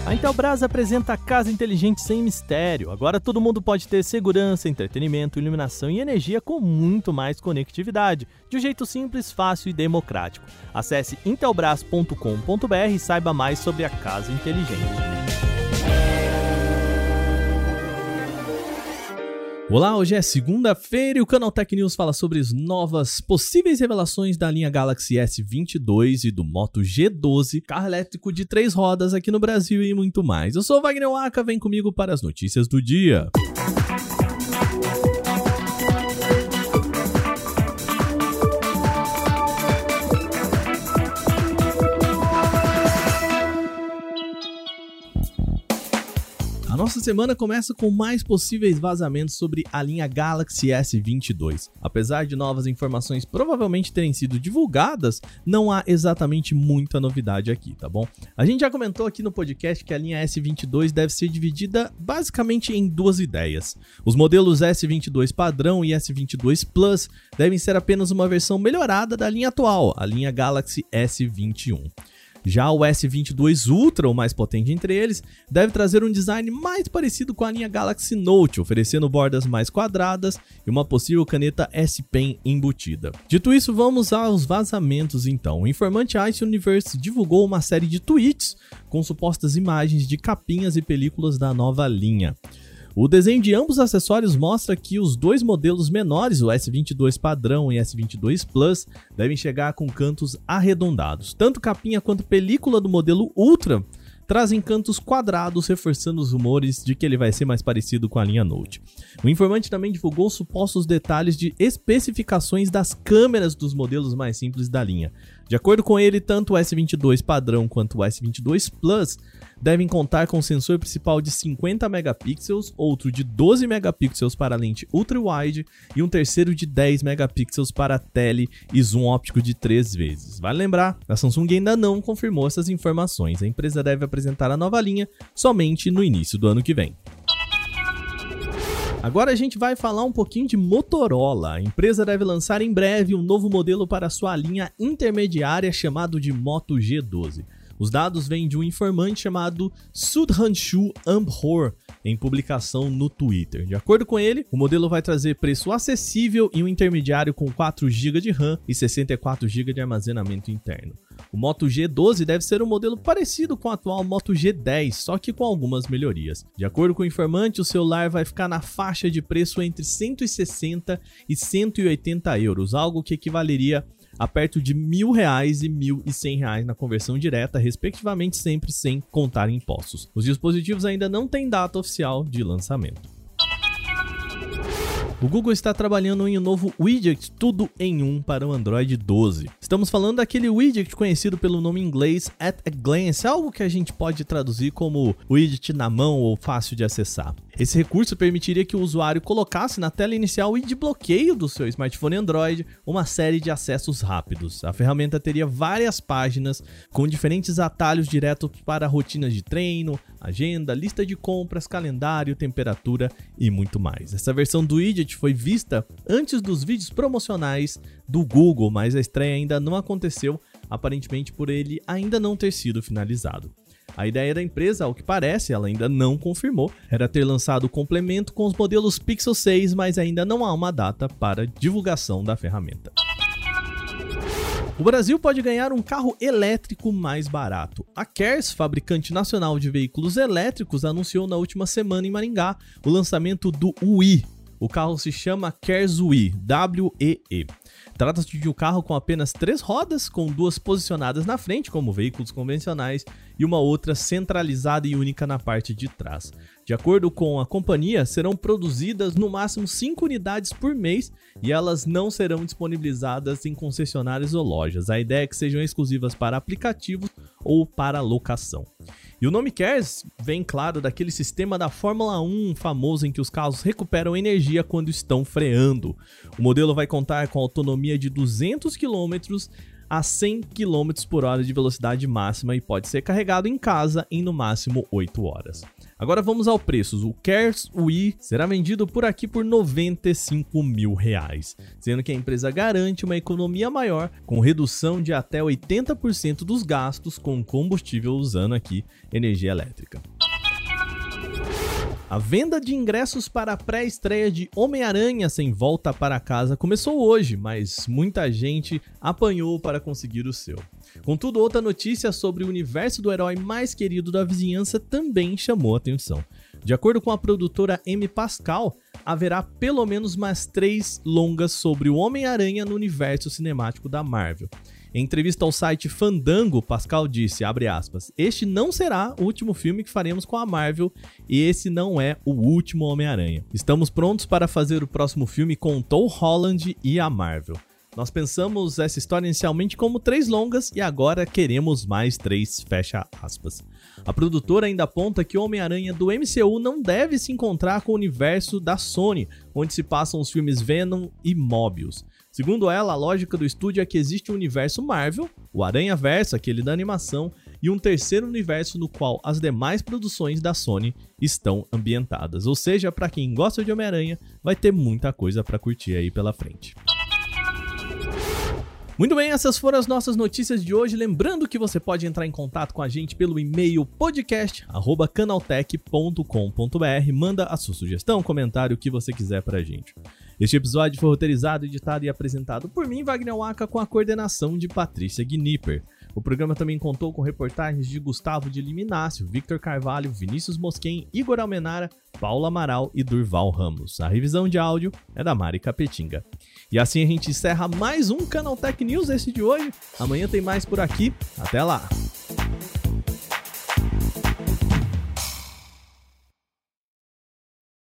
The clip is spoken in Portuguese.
A Intelbras apresenta a casa inteligente sem mistério. Agora todo mundo pode ter segurança, entretenimento, iluminação e energia com muito mais conectividade, de um jeito simples, fácil e democrático. Acesse intelbras.com.br e saiba mais sobre a casa inteligente. Olá, hoje é segunda-feira e o Canaltech News fala sobre as novas possíveis revelações da linha Galaxy S22 e do Moto G12, carro elétrico de 3 rodas aqui no Brasil e muito mais. Eu sou o Wagner Waka, vem comigo para as notícias do dia. A nossa semana começa com mais possíveis vazamentos sobre a linha Galaxy S22. Apesar de novas informações provavelmente terem sido divulgadas, não há exatamente muita novidade aqui, tá bom? A gente já comentou aqui no podcast que a linha S22 deve ser dividida basicamente em duas ideias. Os modelos S22 padrão e S22 Plus devem ser apenas uma versão melhorada da linha atual, a linha Galaxy S21. Já o S22 Ultra, o mais potente entre eles, deve trazer um design mais parecido com a linha Galaxy Note, oferecendo bordas mais quadradas e uma possível caneta S Pen embutida. Dito isso, vamos aos vazamentos então. O informante Ice Universe divulgou uma série de tweets com supostas imagens de capinhas e películas da nova linha. O desenho de ambos os acessórios mostra que os dois modelos menores, o S22 padrão e S22 Plus, devem chegar com cantos arredondados. Tanto capinha quanto película do modelo Ultra trazem cantos quadrados, reforçando os rumores de que ele vai ser mais parecido com a linha Note. O informante também divulgou supostos detalhes de especificações das câmeras dos modelos mais simples da linha. De acordo com ele, tanto o S22 padrão quanto o S22 Plus devem contar com um sensor principal de 50 megapixels, outro de 12 megapixels para a lente ultra-wide e um terceiro de 10 megapixels para tele e zoom óptico de 3 vezes. Vale lembrar, a Samsung ainda não confirmou essas informações. A empresa deve apresentar a nova linha somente no início do ano que vem. Agora a gente vai falar um pouquinho de Motorola. A empresa deve lançar em breve um novo modelo para sua linha intermediária chamado de Moto G12. Os dados vêm de um informante chamado Sudhanshu Ambhor, em publicação no Twitter. De acordo com ele, o modelo vai trazer preço acessível e um intermediário com 4 GB de RAM e 64 GB de armazenamento interno. O Moto G12 deve ser um modelo parecido com o atual Moto G10, só que com algumas melhorias. De acordo com o informante, o celular vai ficar na faixa de preço entre 160 e 180 euros, algo que equivaleria a perto de R$1.000 e R$1.100 na conversão direta, respectivamente, sempre sem contar impostos. Os dispositivos ainda não têm data oficial de lançamento. O Google está trabalhando em um novo widget tudo em um para o Android 12. Estamos falando daquele widget conhecido pelo nome em inglês At a Glance, algo que a gente pode traduzir como widget na mão ou fácil de acessar. Esse recurso permitiria que o usuário colocasse na tela inicial e de bloqueio do seu smartphone Android uma série de acessos rápidos. A ferramenta teria várias páginas com diferentes atalhos diretos para rotinas de treino, agenda, lista de compras, calendário, temperatura e muito mais. Essa versão do widget foi vista antes dos vídeos promocionais do Google, mas a estreia ainda não aconteceu, aparentemente por ele ainda não ter sido finalizado. A ideia da empresa, ao que parece, ela ainda não confirmou, era ter lançado o complemento com os modelos Pixel 6, mas ainda não há uma data para divulgação da ferramenta. O Brasil pode ganhar um carro elétrico mais barato. A Kers, fabricante nacional de veículos elétricos, anunciou na última semana em Maringá o lançamento do WEE. O carro se chama Kers WEE, W-E-E. Trata-se de um carro com apenas 3 rodas, com 2 posicionadas na frente, como veículos convencionais, e uma outra centralizada e única na parte de trás. De acordo com a companhia, serão produzidas no máximo 5 unidades por mês e elas não serão disponibilizadas em concessionárias ou lojas. A ideia é que sejam exclusivas para aplicativos ou para locação. E o nome Kers vem, claro, daquele sistema da Fórmula 1 famoso em que os carros recuperam energia quando estão freando. O modelo vai contar com autonomia de 200 km, a 100 km por hora de velocidade máxima e pode ser carregado em casa em no máximo 8 horas. Agora vamos ao preço. O Cares Wii será vendido por aqui por R$ 95 mil, sendo que a empresa garante uma economia maior, com redução de até 80% dos gastos com combustível usando aqui energia elétrica. A venda de ingressos para a pré-estreia de Homem-Aranha Sem Volta para Casa começou hoje, mas muita gente apanhou para conseguir o seu. Contudo, outra notícia sobre o universo do herói mais querido da vizinhança também chamou atenção. De acordo com a produtora M. Pascal, haverá pelo menos mais 3 longas sobre o Homem-Aranha no universo cinemático da Marvel. Em entrevista ao site Fandango, Pascal disse, abre aspas, este não será o último filme que faremos com a Marvel e esse não é o último Homem-Aranha. Estamos prontos para fazer o próximo filme com Tom Holland e a Marvel. Nós pensamos essa história inicialmente como 3 longas e agora queremos mais 3, fecha aspas. A produtora ainda aponta que o Homem-Aranha do MCU não deve se encontrar com o universo da Sony, onde se passam os filmes Venom e Mobius. Segundo ela, a lógica do estúdio é que existe um universo Marvel, o Aranha-Verso, aquele da animação, e um terceiro universo no qual as demais produções da Sony estão ambientadas. Ou seja, para quem gosta de Homem-Aranha, vai ter muita coisa para curtir aí pela frente. Muito bem, essas foram as nossas notícias de hoje. Lembrando que você pode entrar em contato com a gente pelo e-mail podcast@canaltech.com.br. Manda a sua sugestão, comentário, o que você quiser pra gente. Este episódio foi roteirizado, editado e apresentado por mim, Wagner Waka, com a coordenação de Patrícia Gnipper. O programa também contou com reportagens de Gustavo de Liminácio, Victor Carvalho, Vinícius Mosquen, Igor Almenara, Paula Amaral e Durval Ramos. A revisão de áudio é da Mari Capetinga. E assim a gente encerra mais um Canaltech News, esse de hoje. Amanhã tem mais por aqui. Até lá!